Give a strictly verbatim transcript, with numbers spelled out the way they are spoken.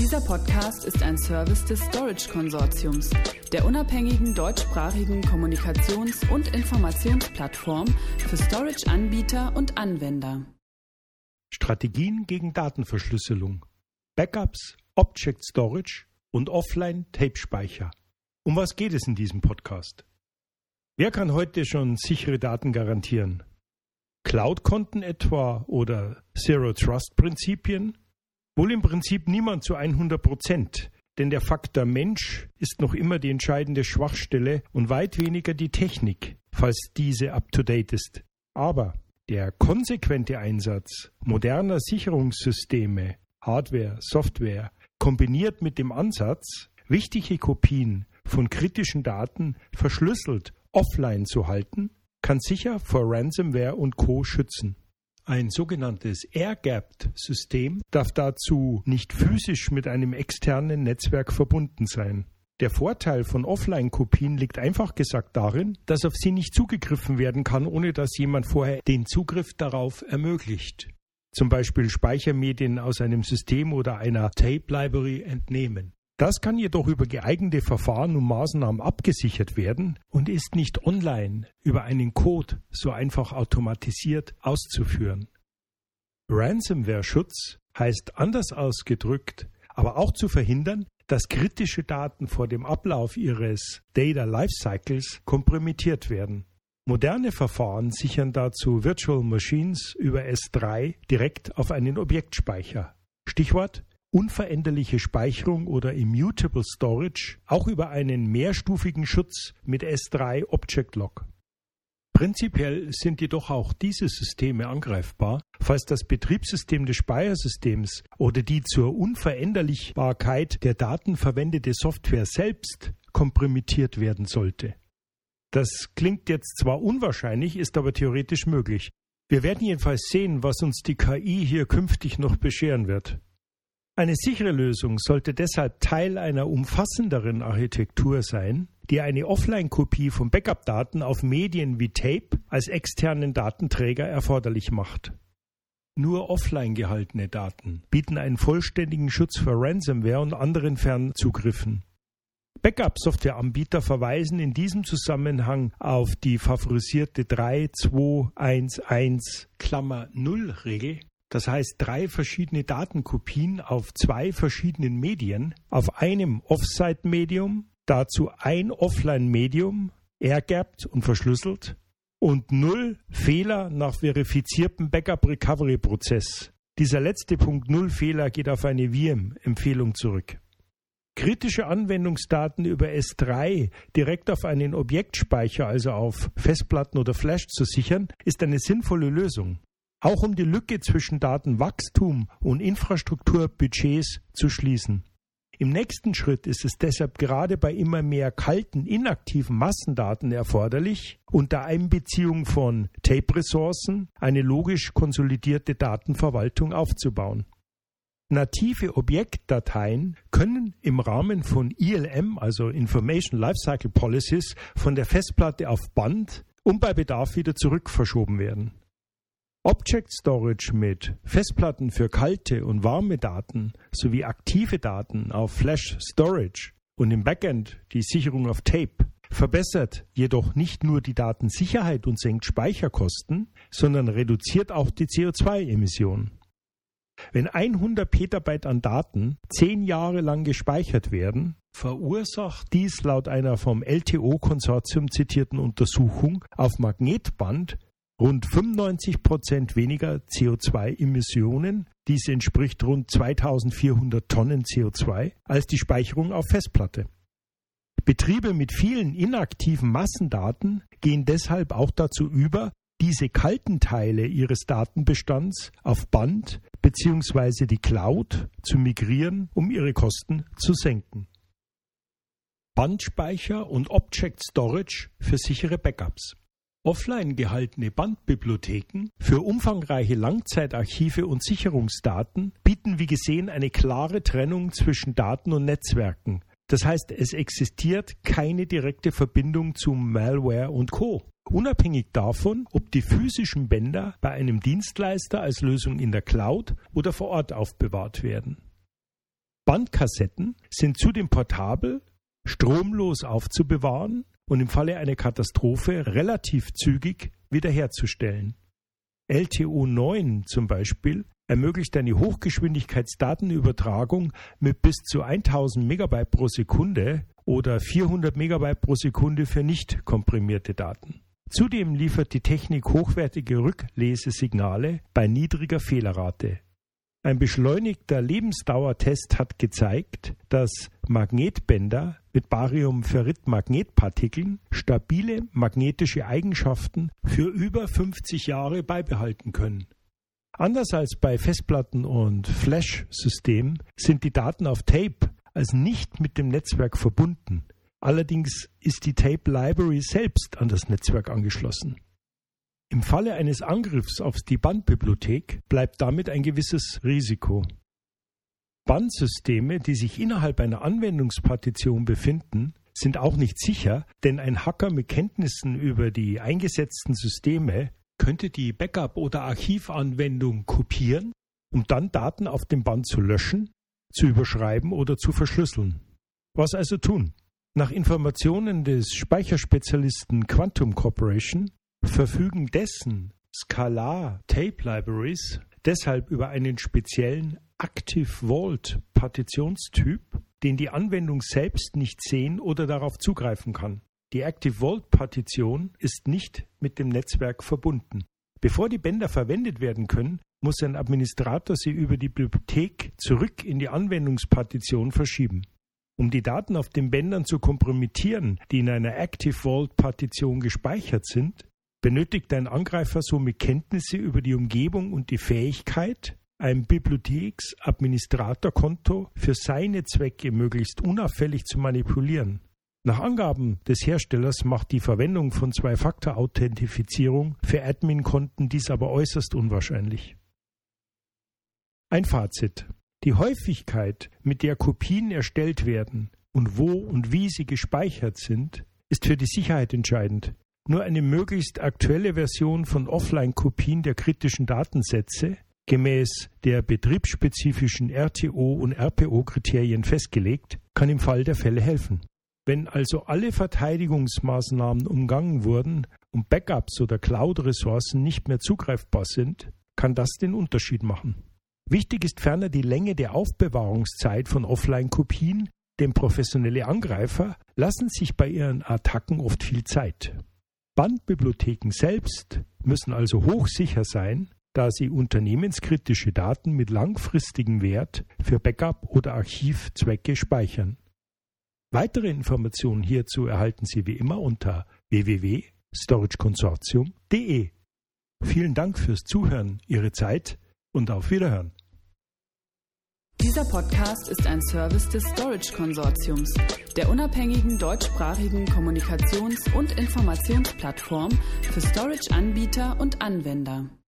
Dieser Podcast ist ein Service des Storage Konsortiums, der unabhängigen deutschsprachigen Kommunikations- und Informationsplattform für Storage-Anbieter und Anwender. Strategien gegen Datenverschlüsselung, Backups, Object Storage und Offline-Tape-Speicher. Um was geht es in diesem Podcast? Wer kann heute schon sichere Daten garantieren? Cloud-Konten etwa oder Zero-Trust-Prinzipien? Wohl im Prinzip niemand zu hundert Prozent, denn der Faktor Mensch ist noch immer die entscheidende Schwachstelle und weit weniger die Technik, falls diese up-to-date ist. Aber der konsequente Einsatz moderner Sicherungssysteme, Hardware, Software, kombiniert mit dem Ansatz, wichtige Kopien von kritischen Daten verschlüsselt offline zu halten, kann sicher vor Ransomware und Co. schützen. Ein sogenanntes Air-Gapped-System darf dazu nicht physisch mit einem externen Netzwerk verbunden sein. Der Vorteil von Offline-Kopien liegt einfach gesagt darin, dass auf sie nicht zugegriffen werden kann, ohne dass jemand vorher den Zugriff darauf ermöglicht. Zum Beispiel Speichermedien aus einem System oder einer Tape-Library entnehmen. Das kann jedoch über geeignete Verfahren und Maßnahmen abgesichert werden und ist nicht online über einen Code so einfach automatisiert auszuführen. Ransomware-Schutz heißt anders ausgedrückt, aber auch zu verhindern, dass kritische Daten vor dem Ablauf ihres Data Lifecycles kompromittiert werden. Moderne Verfahren sichern dazu Virtual Machines über S drei direkt auf einen Objektspeicher. Stichwort unveränderliche Speicherung oder Immutable Storage, auch über einen mehrstufigen Schutz mit S drei Object Lock. Prinzipiell sind jedoch auch diese Systeme angreifbar, falls das Betriebssystem des Speichersystems oder die zur Unveränderlichbarkeit der Daten verwendete Software selbst kompromittiert werden sollte. Das klingt jetzt zwar unwahrscheinlich, ist aber theoretisch möglich. Wir werden jedenfalls sehen, was uns die K I hier künftig noch bescheren wird. Eine sichere Lösung sollte deshalb Teil einer umfassenderen Architektur sein, die eine Offline-Kopie von Backup-Daten auf Medien wie Tape als externen Datenträger erforderlich macht. Nur offline gehaltene Daten bieten einen vollständigen Schutz vor Ransomware und anderen Fernzugriffen. Backup-Softwareanbieter verweisen in diesem Zusammenhang auf die favorisierte drei zwei eins eins Klammer null Regel. Das heißt, drei verschiedene Datenkopien auf zwei verschiedenen Medien, auf einem Offsite-Medium, dazu ein Offline-Medium, air-gapped und verschlüsselt und null Fehler nach verifiziertem Backup-Recovery-Prozess. Dieser letzte Punkt, null Fehler, geht auf eine V I M-Empfehlung zurück. Kritische Anwendungsdaten über S drei direkt auf einen Objektspeicher, also auf Festplatten oder Flash zu sichern, ist eine sinnvolle Lösung. Auch um die Lücke zwischen Datenwachstum und Infrastrukturbudgets zu schließen. Im nächsten Schritt ist es deshalb gerade bei immer mehr kalten, inaktiven Massendaten erforderlich, unter Einbeziehung von Tape-Ressourcen eine logisch konsolidierte Datenverwaltung aufzubauen. Native Objektdateien können im Rahmen von I L M, also Information Lifecycle Policies, von der Festplatte auf Band und bei Bedarf wieder zurückverschoben werden. Object Storage mit Festplatten für kalte und warme Daten sowie aktive Daten auf Flash Storage und im Backend die Sicherung auf Tape verbessert jedoch nicht nur die Datensicherheit und senkt Speicherkosten, sondern reduziert auch die C O zwei Emissionen. Wenn hundert Petabyte an Daten zehn Jahre lang gespeichert werden, verursacht dies laut einer vom L T O-Konsortium zitierten Untersuchung auf Magnetband rund fünfundneunzig Prozent weniger C O zwei Emissionen, dies entspricht rund zweitausendvierhundert Tonnen C O zwei, als die Speicherung auf Festplatte. Betriebe mit vielen inaktiven Massendaten gehen deshalb auch dazu über, diese kalten Teile ihres Datenbestands auf Band bzw. die Cloud zu migrieren, um ihre Kosten zu senken. Bandspeicher und Object Storage für sichere Backups. Offline gehaltene Bandbibliotheken für umfangreiche Langzeitarchive und Sicherungsdaten bieten wie gesehen eine klare Trennung zwischen Daten und Netzwerken. Das heißt, es existiert keine direkte Verbindung zu Malware und Co. Unabhängig davon, ob die physischen Bänder bei einem Dienstleister als Lösung in der Cloud oder vor Ort aufbewahrt werden. Bandkassetten sind zudem portabel, stromlos aufzubewahren und im Falle einer Katastrophe relativ zügig wiederherzustellen. L T O neun zum Beispiel ermöglicht eine Hochgeschwindigkeitsdatenübertragung mit bis zu tausend Megabyte pro Sekunde oder vierhundert Megabyte pro Sekunde für nicht komprimierte Daten. Zudem liefert die Technik hochwertige Rücklesesignale bei niedriger Fehlerrate. Ein beschleunigter Lebensdauertest hat gezeigt, dass Magnetbänder mit Bariumferrit-Magnetpartikeln stabile magnetische Eigenschaften für über fünfzig Jahre beibehalten können. Anders als bei Festplatten und Flash-Systemen sind die Daten auf Tape als nicht mit dem Netzwerk verbunden. Allerdings ist die Tape Library selbst an das Netzwerk angeschlossen. Im Falle eines Angriffs auf die Bandbibliothek bleibt damit ein gewisses Risiko. Bandsysteme, die sich innerhalb einer Anwendungspartition befinden, sind auch nicht sicher, denn ein Hacker mit Kenntnissen über die eingesetzten Systeme könnte die Backup- oder Archivanwendung kopieren, um dann Daten auf dem Band zu löschen, zu überschreiben oder zu verschlüsseln. Was also tun? Nach Informationen des Speicherspezialisten Quantum Corporation verfügen dessen Scalar Tape Libraries deshalb über einen speziellen Active Vault Partitionstyp, den die Anwendung selbst nicht sehen oder darauf zugreifen kann. Die Active Vault Partition ist nicht mit dem Netzwerk verbunden. Bevor die Bänder verwendet werden können, muss ein Administrator sie über die Bibliothek zurück in die Anwendungspartition verschieben. Um die Daten auf den Bändern zu kompromittieren, die in einer Active Vault Partition gespeichert sind, benötigt ein Angreifer somit Kenntnisse über die Umgebung und die Fähigkeit, ein Bibliotheksadministratorkonto für seine Zwecke möglichst unauffällig zu manipulieren. Nach Angaben des Herstellers macht die Verwendung von Zwei-Faktor-Authentifizierung für Admin-Konten dies aber äußerst unwahrscheinlich. Ein Fazit. Die Häufigkeit, mit der Kopien erstellt werden und wo und wie sie gespeichert sind, ist für die Sicherheit entscheidend. Nur eine möglichst aktuelle Version von Offline-Kopien der kritischen Datensätze, gemäß der betriebsspezifischen R T O- und R P O-Kriterien festgelegt, kann im Fall der Fälle helfen. Wenn also alle Verteidigungsmaßnahmen umgangen wurden und Backups oder Cloud-Ressourcen nicht mehr zugreifbar sind, kann das den Unterschied machen. Wichtig ist ferner die Länge der Aufbewahrungszeit von Offline-Kopien, denn professionelle Angreifer lassen sich bei ihren Attacken oft viel Zeit. Bandbibliotheken selbst müssen also hochsicher sein, da sie unternehmenskritische Daten mit langfristigem Wert für Backup- oder Archivzwecke speichern. Weitere Informationen hierzu erhalten Sie wie immer unter w w w punkt storage consortium punkt d e. Vielen Dank fürs Zuhören, Ihre Zeit und auf Wiederhören. Dieser Podcast ist ein Service des Storage Konsortiums, der unabhängigen deutschsprachigen Kommunikations- und Informationsplattform für Storage-Anbieter und Anwender.